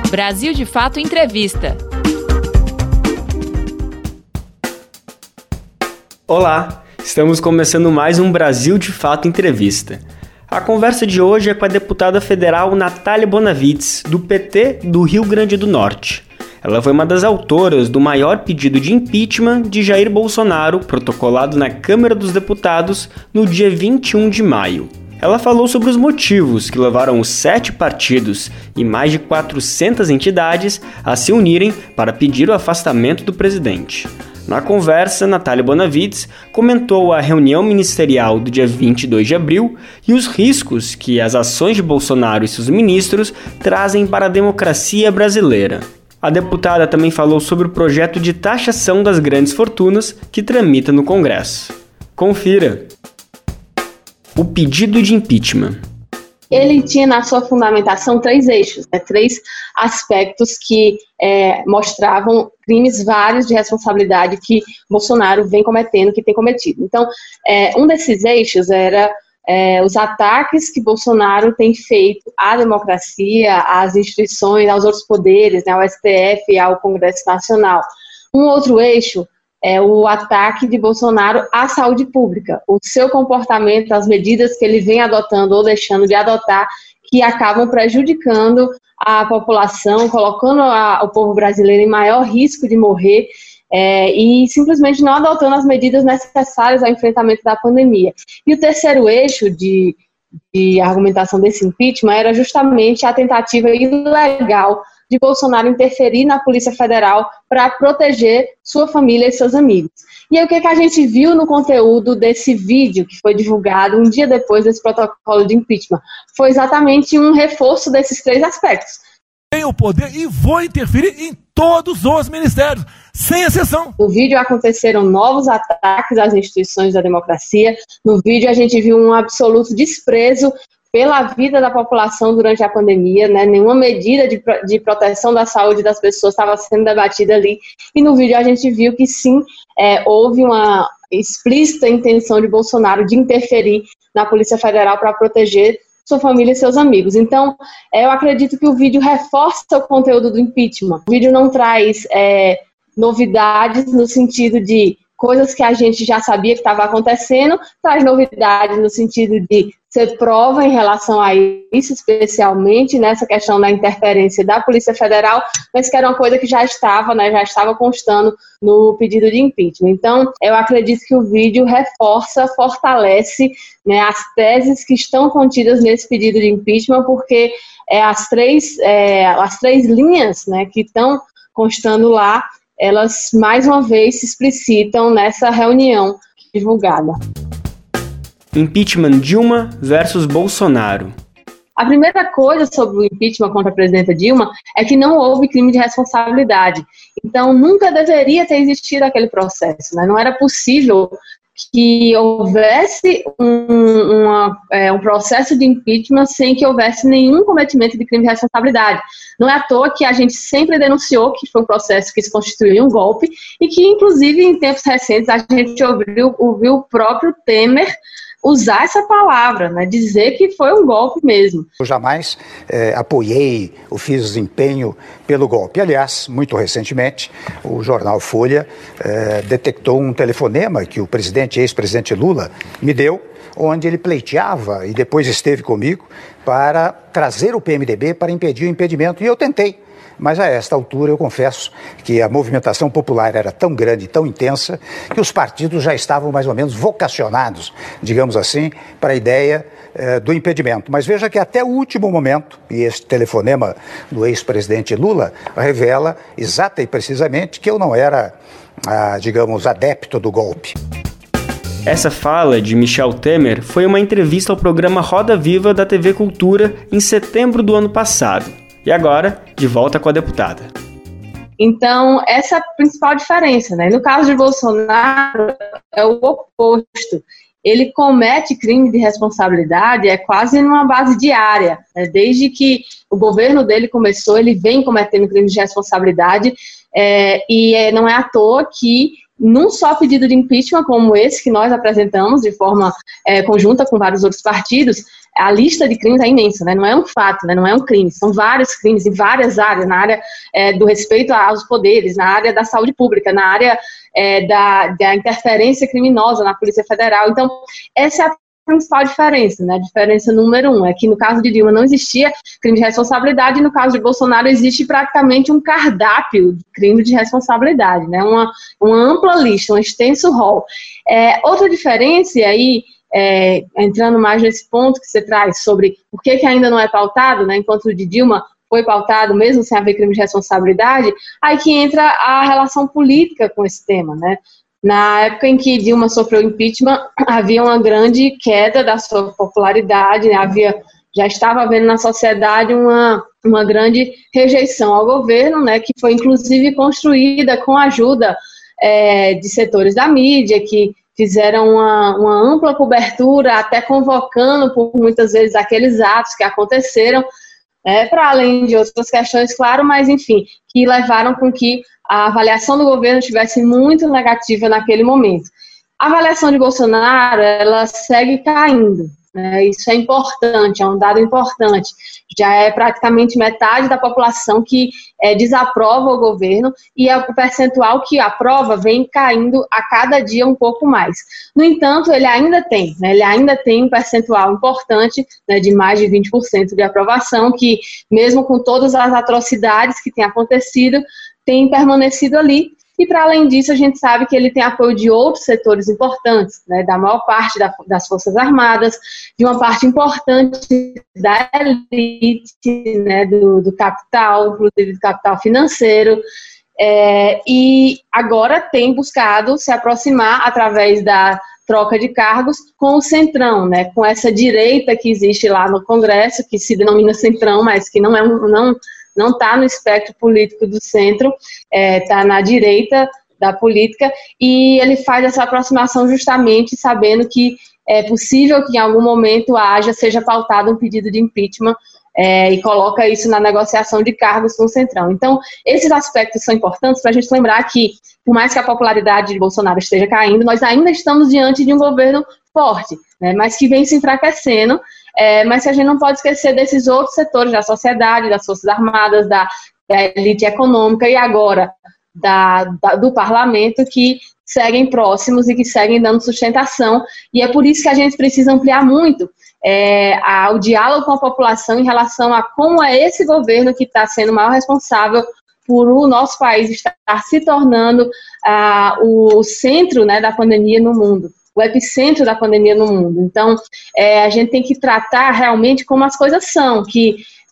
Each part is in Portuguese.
Brasil de Fato Entrevista. Olá, estamos começando mais um Brasil de Fato Entrevista. A conversa de hoje é com a deputada federal Natália Bonavides, do PT do Rio Grande do Norte. Ela foi uma das autoras do maior pedido de impeachment de Jair Bolsonaro, protocolado na Câmara dos Deputados no dia 21 de maio. Ela falou sobre os motivos que levaram os 7 partidos e mais de 400 entidades a se unirem para pedir o afastamento do presidente. Na conversa, Natália Bonavides comentou a reunião ministerial do dia 22 de abril e os riscos que as ações de Bolsonaro e seus ministros trazem para a democracia brasileira. A deputada também falou sobre o projeto de taxação das grandes fortunas que tramita no Congresso. Confira! O pedido de impeachment. Ele tinha na sua fundamentação 3 eixos, 3 aspectos que mostravam crimes vários de responsabilidade que Bolsonaro vem cometendo, que tem cometido. Então, um desses eixos era os ataques que Bolsonaro tem feito à democracia, às instituições, aos outros poderes, ao STF e ao Congresso Nacional. Um outro eixo é o ataque de Bolsonaro à saúde pública, o seu comportamento, as medidas que ele vem adotando ou deixando de adotar, que acabam prejudicando a população, colocando o povo brasileiro em maior risco de morrer e simplesmente não adotando as medidas necessárias ao enfrentamento da pandemia. E o terceiro eixo de argumentação desse impeachment era justamente a tentativa ilegal de Bolsonaro interferir na Polícia Federal para proteger sua família e seus amigos. E aí o que a gente viu no conteúdo desse vídeo que foi divulgado um dia depois desse protocolo de impeachment? Foi exatamente um reforço desses 3 aspectos. Tenho o poder e vou interferir em todos os ministérios, sem exceção. No vídeo aconteceram novos ataques às instituições da democracia. No vídeo a gente viu um absoluto desprezo pela vida da população durante a pandemia, nenhuma medida de proteção da saúde das pessoas estava sendo debatida ali, e no vídeo a gente viu que sim, houve uma explícita intenção de Bolsonaro de interferir na Polícia Federal para proteger sua família e seus amigos. Então, eu acredito que o vídeo reforça o conteúdo do impeachment. O vídeo não traz novidades no sentido de coisas que a gente já sabia que estava acontecendo, traz novidades no sentido de ser prova em relação a isso, especialmente nessa questão da interferência da Polícia Federal, mas que era uma coisa que já estava constando no pedido de impeachment. Então, eu acredito que o vídeo reforça, fortalece as teses que estão contidas nesse pedido de impeachment, porque as três linhas que estão constando lá, elas mais uma vez se explicitam nessa reunião divulgada. Impeachment Dilma versus Bolsonaro. A primeira coisa sobre o impeachment contra a presidenta Dilma é que não houve crime de responsabilidade. Então, nunca deveria ter existido aquele processo. Não era possível que houvesse um processo de impeachment sem que houvesse nenhum cometimento de crime de responsabilidade. Não é à toa que a gente sempre denunciou que foi um processo que se constituiu em um golpe e que, inclusive, em tempos recentes, a gente ouviu o próprio Temer usar essa palavra, dizer que foi um golpe mesmo. Eu jamais apoiei ou fiz desempenho pelo golpe. Aliás, muito recentemente, o jornal Folha detectou um telefonema que o ex-presidente Lula me deu, onde ele pleiteava e depois esteve comigo para trazer o PMDB para impedir o impedimento. E eu tentei. Mas a esta altura eu confesso que a movimentação popular era tão grande, tão intensa, que os partidos já estavam mais ou menos vocacionados, digamos assim, para a ideia do impedimento. Mas veja que até o último momento, e este telefonema do ex-presidente Lula revela exata e precisamente que eu não era, adepto do golpe. Essa fala de Michel Temer foi uma entrevista ao programa Roda Viva da TV Cultura em setembro do ano passado. E agora, de volta com a deputada. Então, essa é a principal diferença, No caso de Bolsonaro, é o oposto. Ele comete crime de responsabilidade quase numa base diária. Desde que o governo dele começou, ele vem cometendo crimes de responsabilidade e não é à toa que num só pedido de impeachment como esse que nós apresentamos de forma conjunta com vários outros partidos, a lista de crimes é imensa, né? Não é um fato, né? Não é um crime, são vários crimes em várias áreas, na área do respeito aos poderes, na área da saúde pública, na área da interferência criminosa na Polícia Federal. Então, essa é a principal diferença, né? A diferença número 1 é que no caso de Dilma não existia crime de responsabilidade e no caso de Bolsonaro existe praticamente um cardápio de crime de responsabilidade, né? Uma ampla lista, um extenso rol. Outra diferença, e aí entrando mais nesse ponto que você traz sobre por que ainda não é pautado, né? Enquanto o de Dilma foi pautado mesmo sem haver crime de responsabilidade, aí que entra a relação política com esse tema, né? Na época em que Dilma sofreu impeachment, havia uma grande queda da sua popularidade, né? Já estava havendo na sociedade uma grande rejeição ao governo, né? Que foi inclusive construída com a ajuda de setores da mídia, que fizeram uma ampla cobertura, até convocando por muitas vezes aqueles atos que aconteceram, para além de outras questões, claro, mas enfim, que levaram com que a avaliação do governo estivesse muito negativa naquele momento. A avaliação de Bolsonaro, ela segue caindo, né? Isso é importante, é um dado importante. Já é praticamente metade da população que desaprova o governo e o percentual que aprova vem caindo a cada dia um pouco mais. No entanto, ele ainda tem um percentual importante, né, de mais de 20% de aprovação, que mesmo com todas as atrocidades que têm acontecido, tem permanecido ali, e para além disso a gente sabe que ele tem apoio de outros setores importantes, né, da maior parte das Forças Armadas, de uma parte importante da elite, né, do capital, inclusive do capital financeiro, e agora tem buscado se aproximar através da troca de cargos com o Centrão, né, com essa direita que existe lá no Congresso, que se denomina Centrão, mas que não está no espectro político do centro, está na direita da política, e ele faz essa aproximação justamente sabendo que é possível que em algum momento seja pautado um pedido de impeachment, e coloca isso na negociação de cargos com o Centrão. Então, esses aspectos são importantes para a gente lembrar que, por mais que a popularidade de Bolsonaro esteja caindo, nós ainda estamos diante de um governo forte, né, mas que vem se enfraquecendo, mas que a gente não pode esquecer desses outros setores da sociedade, das Forças Armadas, da elite econômica e agora do parlamento, que seguem próximos e que seguem dando sustentação, e é por isso que a gente precisa ampliar muito o diálogo com a população em relação a como é esse governo que está sendo o maior responsável por o nosso país estar se tornando o centro, né, da pandemia no mundo, o epicentro da pandemia no mundo. Então, a gente tem que tratar realmente como as coisas são, que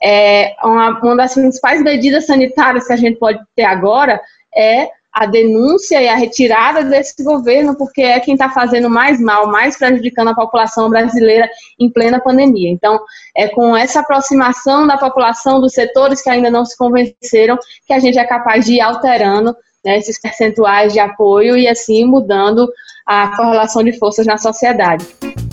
uma das principais medidas sanitárias que a gente pode ter agora é a denúncia e a retirada desse governo, porque é quem está fazendo mais mal, mais prejudicando a população brasileira em plena pandemia. Então, é com essa aproximação da população, dos setores que ainda não se convenceram, que a gente é capaz de ir alterando, né, esses percentuais de apoio e assim mudando a correlação de forças na sociedade.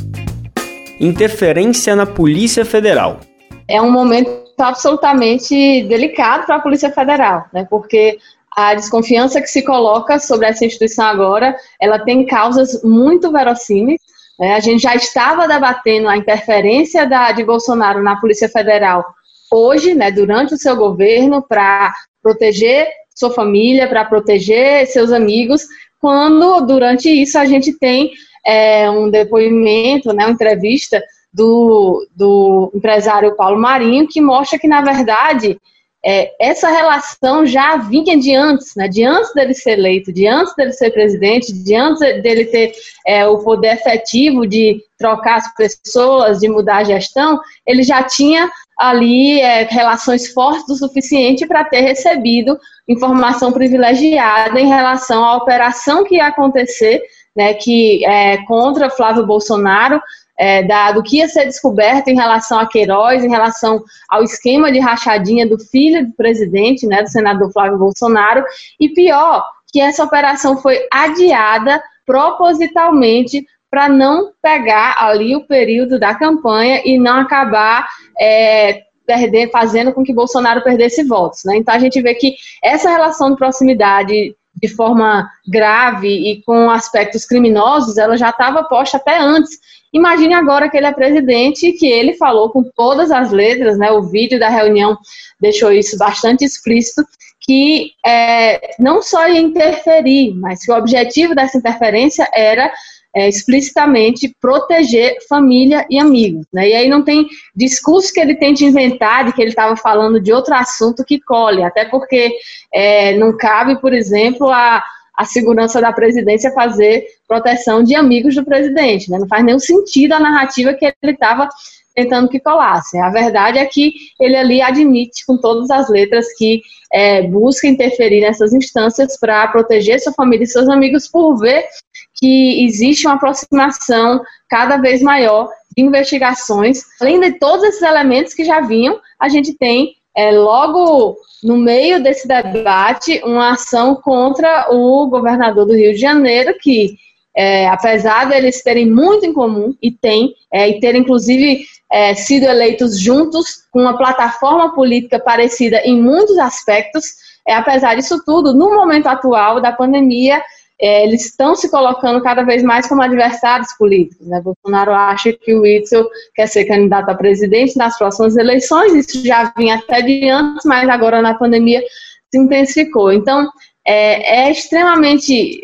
Interferência na Polícia Federal. É um momento absolutamente delicado para a Polícia Federal, né, porque a desconfiança que se coloca sobre essa instituição agora, ela tem causas muito verossímeis, né? A gente já estava debatendo a interferência de Bolsonaro na Polícia Federal hoje, né, durante o seu governo, para proteger sua família, para proteger seus amigos, quando durante isso a gente tem um depoimento, né, uma entrevista do empresário Paulo Marinho, que mostra que, na verdade, essa relação já vinha de antes, né? De antes dele ser eleito, de antes dele ser presidente, de antes dele ter o poder efetivo de trocar as pessoas, de mudar a gestão, ele já tinha ali relações fortes o suficiente para ter recebido informação privilegiada em relação à operação que ia acontecer, né, contra Flávio Bolsonaro, do que ia ser descoberto em relação a Queiroz, em relação ao esquema de rachadinha do filho do presidente, né, do senador Flávio Bolsonaro, e pior, que essa operação foi adiada propositalmente para não pegar ali o período da campanha e não acabar fazendo com que Bolsonaro perdesse votos, né? Então a gente vê que essa relação de proximidade de forma grave e com aspectos criminosos, ela já estava posta até antes. Imagine agora que ele é presidente e que ele falou com todas as letras, né, o vídeo da reunião deixou isso bastante explícito, que não só ia interferir, mas que o objetivo dessa interferência era explicitamente proteger família e amigos, né? E aí não tem discurso que ele tente inventar de que ele estava falando de outro assunto que colhe, até porque não cabe, por exemplo, a segurança da presidência fazer proteção de amigos do presidente, né? Não faz nenhum sentido a narrativa que ele estava tentando que colasse. A verdade é que ele ali admite com todas as letras que busca interferir nessas instâncias para proteger sua família e seus amigos, por ver que existe uma aproximação cada vez maior de investigações. Além de todos esses elementos que já vinham, a gente tem logo no meio desse debate uma ação contra o governador do Rio de Janeiro, que apesar deles terem muito em comum, e terem inclusive sido eleitos juntos, com uma plataforma política parecida em muitos aspectos, apesar disso tudo, no momento atual da pandemia, eles estão se colocando cada vez mais como adversários políticos, né? Bolsonaro acha que o Witzel quer ser candidato a presidente nas próximas eleições, isso já vinha até de antes, mas agora na pandemia se intensificou. Então, é extremamente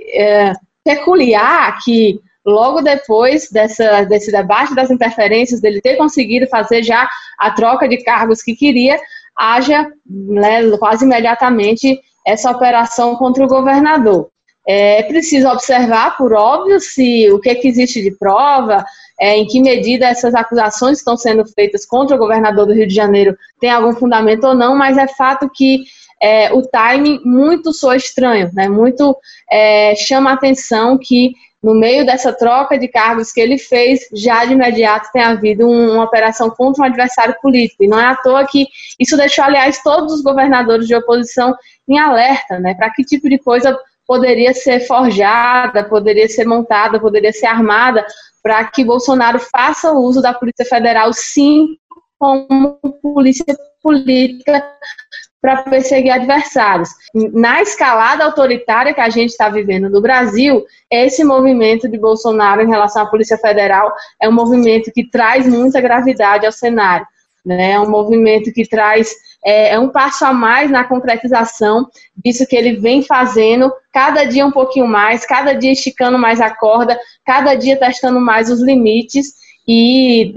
peculiar que logo depois desse debate das interferências, dele ter conseguido fazer já a troca de cargos que queria, haja, né, quase imediatamente essa operação contra o governador. É preciso observar, por óbvio, o que existe de prova, em que medida essas acusações que estão sendo feitas contra o governador do Rio de Janeiro tem algum fundamento ou não, mas é fato que o timing muito soa estranho, né? Muito chama a atenção que no meio dessa troca de cargos que ele fez, já de imediato tem havido uma operação contra um adversário político. E não é à toa que isso deixou, aliás, todos os governadores de oposição em alerta, né? Para que tipo de coisa poderia ser forjada, poderia ser montada, poderia ser armada, para que Bolsonaro faça uso da Polícia Federal, sim, como polícia política, para perseguir adversários. Na escalada autoritária que a gente está vivendo no Brasil, esse movimento de Bolsonaro em relação à Polícia Federal é um movimento que traz muita gravidade ao cenário, né? É um movimento que traz um passo a mais na concretização disso que ele vem fazendo, cada dia um pouquinho mais, cada dia esticando mais a corda, cada dia testando mais os limites e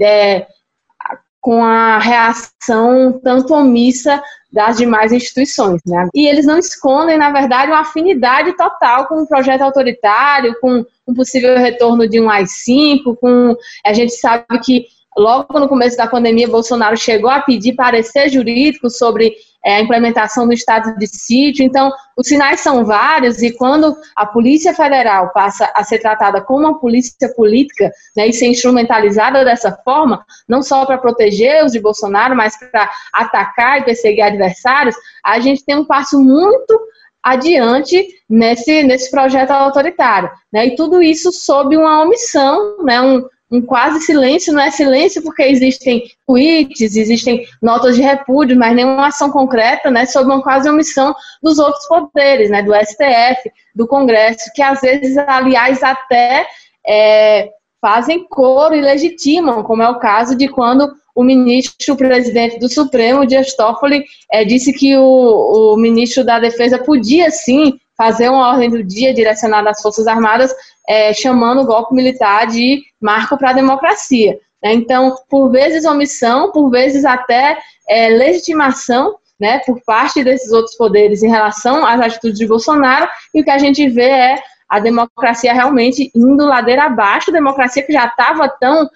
com a reação tanto omissa das demais instituições, né? E eles não escondem, na verdade, uma afinidade total com o projeto autoritário, com um possível retorno de um AI-5, a gente sabe que logo no começo da pandemia, Bolsonaro chegou a pedir parecer jurídico sobre a implementação do estado de sítio. Então, os sinais são vários e quando a Polícia Federal passa a ser tratada como uma polícia política, né, e ser instrumentalizada dessa forma, não só para proteger os de Bolsonaro, mas para atacar e perseguir adversários, a gente tem um passo muito adiante nesse projeto autoritário, né, e tudo isso sob uma omissão, né, um quase silêncio, não é silêncio porque existem tweets, existem notas de repúdio, mas nenhuma ação concreta, né, sobre uma quase omissão dos outros poderes, né, do STF, do Congresso, que às vezes, aliás, até fazem coro e legitimam, como é o caso de quando o presidente do Supremo, Dias Toffoli, disse que o ministro da Defesa podia, sim, fazer uma ordem do dia direcionada às Forças Armadas, chamando o golpe militar de marco para a democracia. Então, por vezes omissão, por vezes até legitimação, né, por parte desses outros poderes em relação às atitudes de Bolsonaro, e o que a gente vê é a democracia realmente indo ladeira abaixo, a democracia que já estava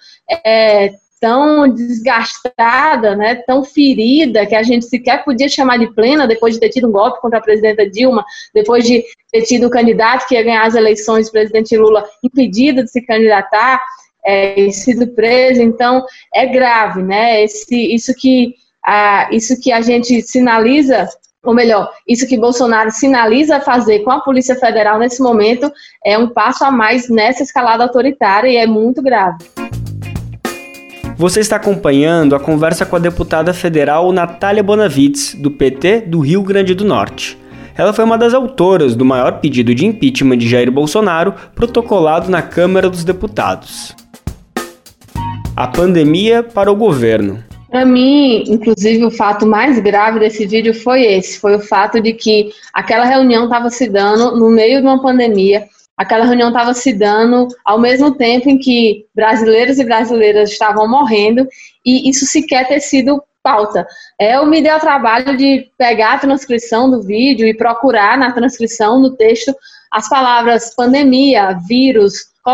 tão desgastada, né, tão ferida, que a gente sequer podia chamar de plena depois de ter tido um golpe contra a presidenta Dilma, depois de ter tido um candidato que ia ganhar as eleições, o presidente Lula, impedido de se candidatar, e sido preso. Então, é grave, né, isso que a gente sinaliza, ou melhor, isso que Bolsonaro sinaliza fazer com a Polícia Federal nesse momento é um passo a mais nessa escalada autoritária e é muito grave. Você está acompanhando a conversa com a deputada federal Natália Bonavides, do PT do Rio Grande do Norte. Ela foi uma das autoras do maior pedido de impeachment de Jair Bolsonaro protocolado na Câmara dos Deputados. A pandemia para o governo. Para mim, inclusive, o fato mais grave desse vídeo foi o fato de que aquela reunião estava se dando no meio de uma pandemia, aquela reunião estava se dando ao mesmo tempo em que brasileiros e brasileiras estavam morrendo, e isso sequer ter sido pauta. Eu me dei ao trabalho de pegar a transcrição do vídeo e procurar na transcrição, no texto, as palavras pandemia, vírus,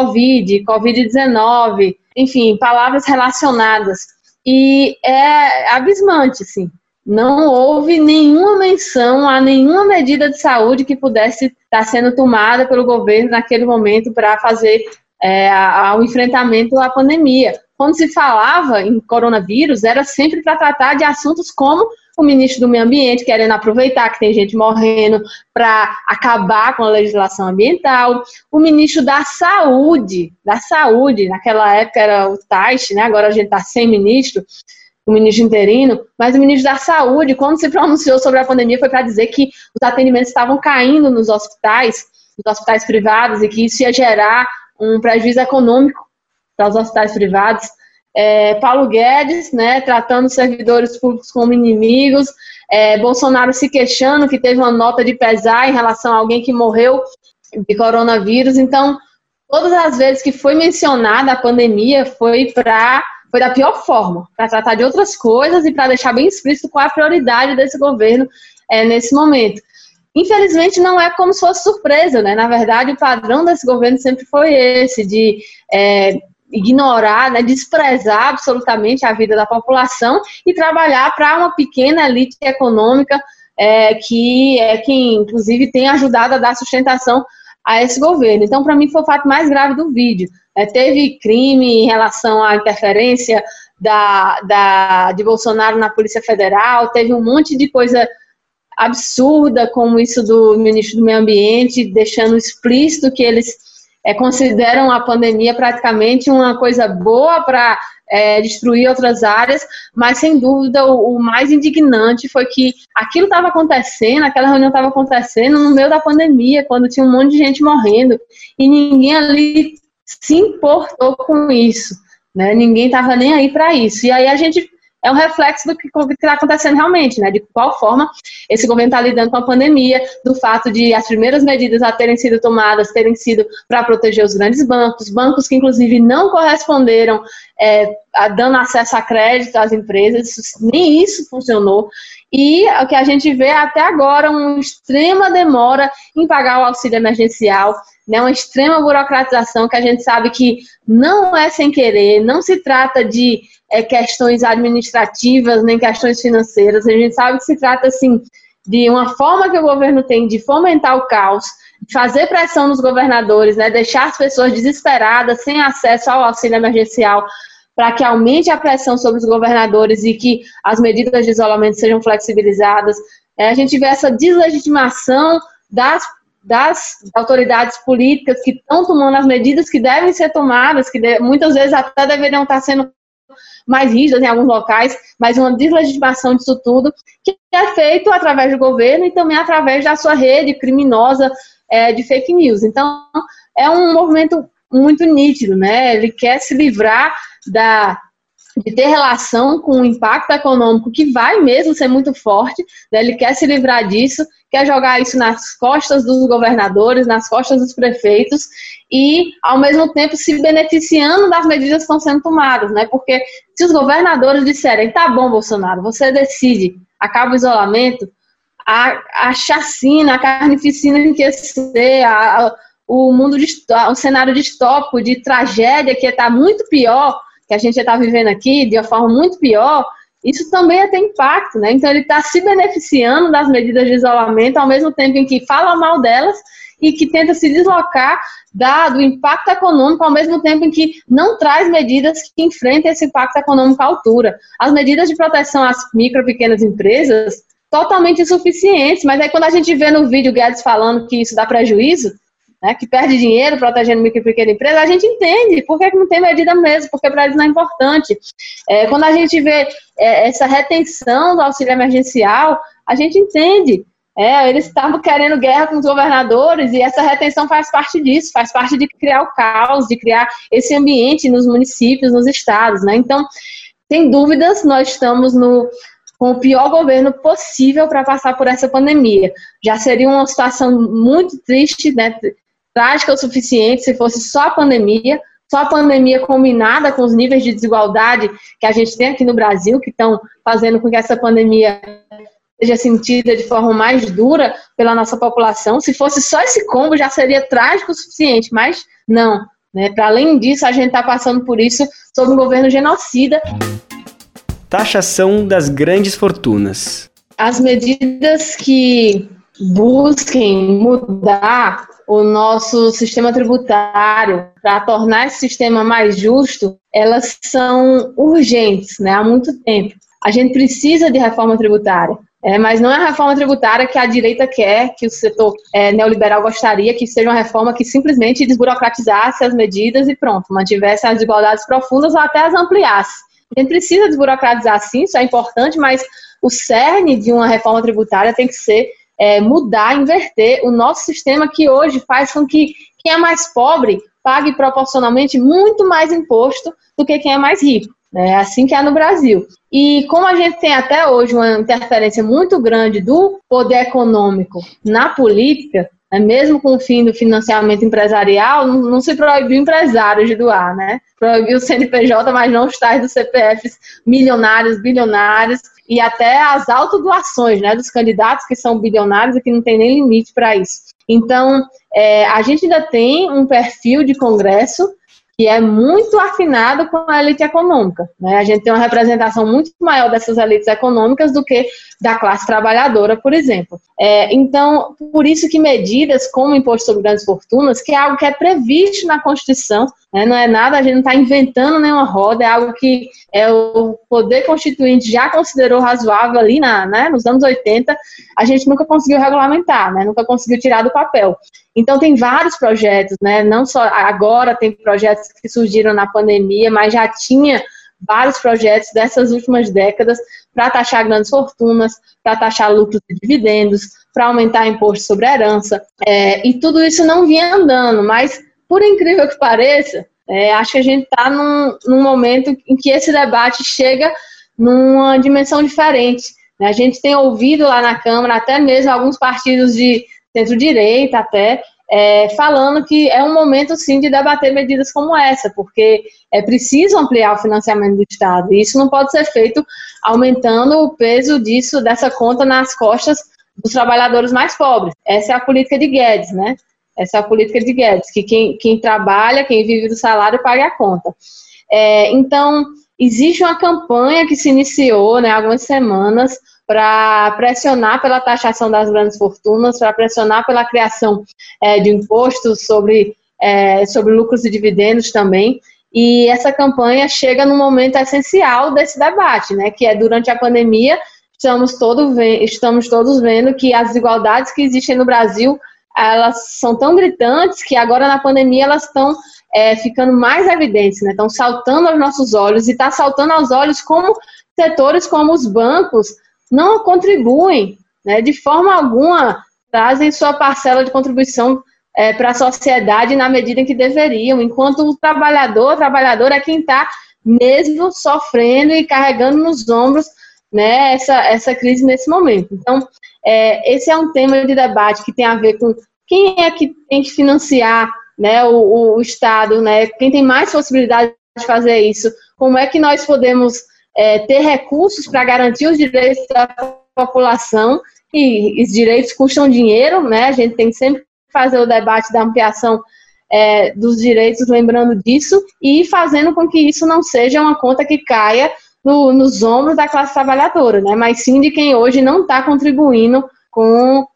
Covid-19, enfim, palavras relacionadas. E é abismante, assim. Não houve nenhuma menção a nenhuma medida de saúde que pudesse estar sendo tomada pelo governo naquele momento para fazer o enfrentamento à pandemia. Quando se falava em coronavírus, era sempre para tratar de assuntos como o ministro do Meio Ambiente querendo aproveitar que tem gente morrendo para acabar com a legislação ambiental, o ministro da Saúde, naquela época era o Taixe, né? Agora a gente está sem ministro, o ministro interino, mas o ministro da Saúde, quando se pronunciou sobre a pandemia, foi para dizer que os atendimentos estavam caindo nos hospitais privados, e que isso ia gerar um prejuízo econômico para os hospitais privados. Paulo Guedes, né, tratando os servidores públicos como inimigos, Bolsonaro se queixando que teve uma nota de pesar em relação a alguém que morreu de coronavírus. Então, todas as vezes que foi mencionada a pandemia foi da pior forma, para tratar de outras coisas e para deixar bem explícito qual é a prioridade desse governo nesse momento. Infelizmente, não é como se fosse surpresa, né? Na verdade, o padrão desse governo sempre foi esse, de ignorar, né, desprezar absolutamente a vida da população e trabalhar para uma pequena elite econômica que é quem, inclusive, tem ajudado a dar sustentação a esse governo. Então, para mim, foi o fato mais grave do vídeo. Teve crime em relação à interferência de Bolsonaro na Polícia Federal, teve um monte de coisa absurda, como isso do ministro do Meio Ambiente, deixando explícito que eles consideram a pandemia praticamente uma coisa boa para destruir outras áreas, mas sem dúvida o mais indignante foi que aquilo estava acontecendo, aquela reunião estava acontecendo no meio da pandemia, quando tinha um monte de gente morrendo, e ninguém ali se importou com isso, né? Ninguém estava nem aí para isso. E aí a gente é um reflexo do que está acontecendo realmente, né? De qual forma esse governo está lidando com a pandemia, do fato de as primeiras medidas a terem sido tomadas terem sido para proteger os grandes bancos que inclusive não corresponderam dando acesso a crédito às empresas, nem isso funcionou. E o que a gente vê até agora, uma extrema demora em pagar o auxílio emergencial, né, uma extrema burocratização que a gente sabe que não é sem querer, não se trata de questões administrativas, nem questões financeiras. A gente sabe que se trata, assim, de uma forma que o governo tem de fomentar o caos, de fazer pressão nos governadores, né, deixar as pessoas desesperadas, sem acesso ao auxílio emergencial, para que aumente a pressão sobre os governadores e que as medidas de isolamento sejam flexibilizadas. A gente vê essa deslegitimação das autoridades políticas que estão tomando as medidas que devem ser tomadas, que muitas vezes até deveriam estar sendo mais rígidas em alguns locais, mas uma deslegitimação disso tudo, que é feito através do governo e também através da sua rede criminosa de fake news. Então, é um movimento muito nítido, né? Ele quer se livrar de ter relação com o impacto econômico, que vai mesmo ser muito forte, né? Ele quer se livrar disso, quer jogar isso nas costas dos governadores, nas costas dos prefeitos e, ao mesmo tempo, se beneficiando das medidas que estão sendo tomadas, né? Porque se os governadores disserem, tá bom, Bolsonaro, você decide, acaba o isolamento, a chacina, a carnificina que ia ser, o cenário distópico de tragédia que está muito pior, que a gente já está vivendo aqui, de uma forma muito pior, isso também ia ter impacto, né? Então ele está se beneficiando das medidas de isolamento, ao mesmo tempo em que fala mal delas e que tenta se deslocar do impacto econômico, ao mesmo tempo em que não traz medidas que enfrentem esse impacto econômico à altura. As medidas de proteção às micro e pequenas empresas, totalmente insuficientes, mas aí quando a gente vê no vídeo Guedes falando que isso dá prejuízo, né, que perde dinheiro protegendo micro e pequena empresa, a gente entende por que não tem medida mesmo, porque para eles não é importante. Quando a gente vê essa retenção do auxílio emergencial, a gente entende Eles estavam querendo guerra com os governadores e essa retenção faz parte disso, faz parte de criar o caos, de criar esse ambiente nos municípios, nos estados, né? Então, sem dúvidas, nós estamos com o pior governo possível para passar por essa pandemia. Já seria uma situação muito triste, né? Trágica o suficiente se fosse só a pandemia combinada com os níveis de desigualdade que a gente tem aqui no Brasil, que estão fazendo com que essa pandemia seja sentida de forma mais dura pela nossa população. Se fosse só esse combo, já seria trágico o suficiente, mas não. Né? Para além disso, a gente está passando por isso sob um governo genocida. Taxação das grandes fortunas. As medidas que busquem mudar o nosso sistema tributário para tornar esse sistema mais justo, elas são urgentes, né? Há muito tempo. A gente precisa de reforma tributária. Mas não é a reforma tributária que a direita quer, que o setor neoliberal gostaria, que seja uma reforma que simplesmente desburocratizasse as medidas e pronto, mantivesse as desigualdades profundas ou até as ampliasse. A gente precisa desburocratizar sim, isso é importante, mas o cerne de uma reforma tributária tem que ser mudar, inverter o nosso sistema que hoje faz com que quem é mais pobre pague proporcionalmente muito mais imposto do que quem é mais rico. É assim que é no Brasil. E como a gente tem até hoje uma interferência muito grande do poder econômico na política, mesmo com o fim do financiamento empresarial, não se proibiu empresários de doar, né? Proibiu o CNPJ, mas não os tais dos CPFs milionários, bilionários, e até as autodoações, né, dos candidatos que são bilionários e que não tem nem limite para isso. Então, a gente ainda tem um perfil de Congresso que é muito afinado com a elite econômica, né? A gente tem uma representação muito maior dessas elites econômicas do que da classe trabalhadora, por exemplo. Então, por isso que medidas como o imposto sobre grandes fortunas, que é algo que é previsto na Constituição, né? Não é nada, a gente não está inventando nenhuma roda, é algo que o Poder Constituinte já considerou razoável ali nos anos 80, a gente nunca conseguiu regulamentar, né? Nunca conseguiu tirar do papel. Então, tem vários projetos, né? Não só agora tem projetos que surgiram na pandemia, mas já tinha vários projetos dessas últimas décadas para taxar grandes fortunas, para taxar lucros e dividendos, para aumentar imposto sobre a herança. E tudo isso não vinha andando, mas, por incrível que pareça, acho que a gente está num momento em que esse debate chega numa dimensão diferente. Né? A gente tem ouvido lá na Câmara, até mesmo alguns partidos de centro-direita até, falando que é um momento, sim, de debater medidas como essa, porque é preciso ampliar o financiamento do Estado, e isso não pode ser feito aumentando o peso dessa conta nas costas dos trabalhadores mais pobres. Essa é a política de Guedes, né? Essa é a política de Guedes, que quem trabalha, quem vive do salário, paga a conta. Então, existe uma campanha que se iniciou, né, há algumas semanas, para pressionar pela taxação das grandes fortunas, para pressionar pela criação de impostos sobre lucros e dividendos também. E essa campanha chega num momento essencial desse debate, né, que é durante a pandemia, estamos todos vendo que as desigualdades que existem no Brasil, elas são tão gritantes que agora na pandemia elas estão ficando mais evidentes, né, estão saltando aos nossos olhos, e está saltando aos olhos como setores como os bancos não contribuem, né, de forma alguma, trazem sua parcela de contribuição para a sociedade na medida em que deveriam, enquanto o trabalhador é quem está mesmo sofrendo e carregando nos ombros, né, essa crise nesse momento. Então, esse é um tema de debate que tem a ver com quem é que tem que financiar, né, o Estado, né, quem tem mais possibilidade de fazer isso, como é que nós podemos ter recursos para garantir os direitos da população, e os direitos custam dinheiro, né? A gente tem que sempre fazer o debate da ampliação dos direitos, lembrando disso, e fazendo com que isso não seja uma conta que caia nos ombros da classe trabalhadora, né? Mas sim de quem hoje não está contribuindo com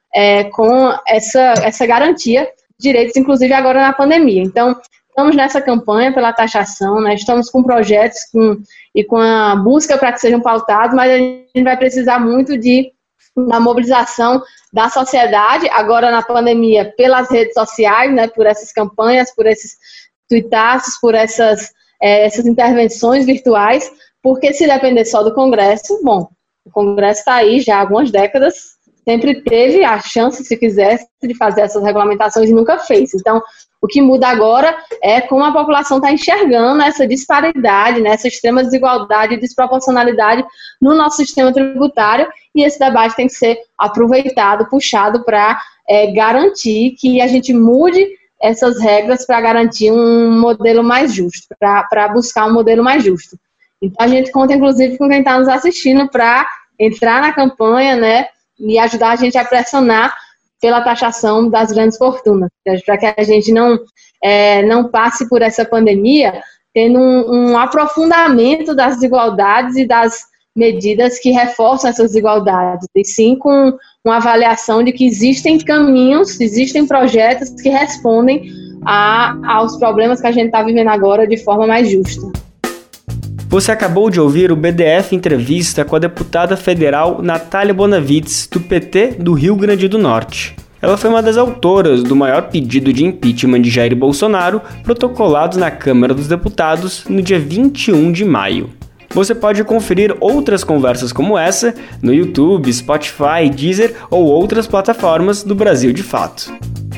essa garantia de direitos, inclusive agora na pandemia. Então, estamos nessa campanha pela taxação, né? Estamos com projetos e com a busca para que sejam pautados, mas a gente vai precisar muito da mobilização da sociedade, agora na pandemia, pelas redes sociais, né? Por essas campanhas, por esses tuitaços, por essas intervenções virtuais, porque se depender só do Congresso, bom, o Congresso está aí já há algumas décadas sempre teve a chance, se quisesse, de fazer essas regulamentações e nunca fez. Então, o que muda agora é como a população está enxergando essa disparidade, né, essa extrema desigualdade e desproporcionalidade no nosso sistema tributário, e esse debate tem que ser aproveitado, puxado para garantir que a gente mude essas regras para garantir um modelo mais justo, para buscar um modelo mais justo. Então, a gente conta, inclusive, com quem está nos assistindo para entrar na campanha, né, e ajudar a gente a pressionar pela taxação das grandes fortunas, para que a gente não passe por essa pandemia tendo um aprofundamento das desigualdades e das medidas que reforçam essas desigualdades, e sim com uma avaliação de que existem caminhos, existem projetos que respondem aos problemas que a gente está vivendo agora de forma mais justa. Você acabou de ouvir o BDF Entrevista com a deputada federal Natália Bonavides, do PT do Rio Grande do Norte. Ela foi uma das autoras do maior pedido de impeachment de Jair Bolsonaro, protocolado na Câmara dos Deputados no dia 21 de maio. Você pode conferir outras conversas como essa no YouTube, Spotify, Deezer ou outras plataformas do Brasil de Fato.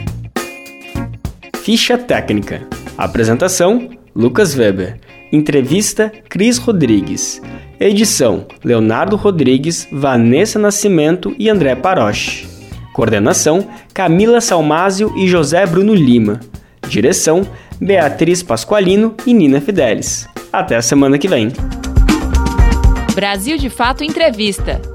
Ficha técnica. Apresentação: Lucas Weber. Entrevista: Cris Rodrigues. Edição: Leonardo Rodrigues, Vanessa Nascimento e André Paroche. Coordenação: Camila Salmásio e José Bruno Lima. Direção: Beatriz Pasqualino e Nina Fidelis. Até a semana que vem. Brasil de Fato Entrevista.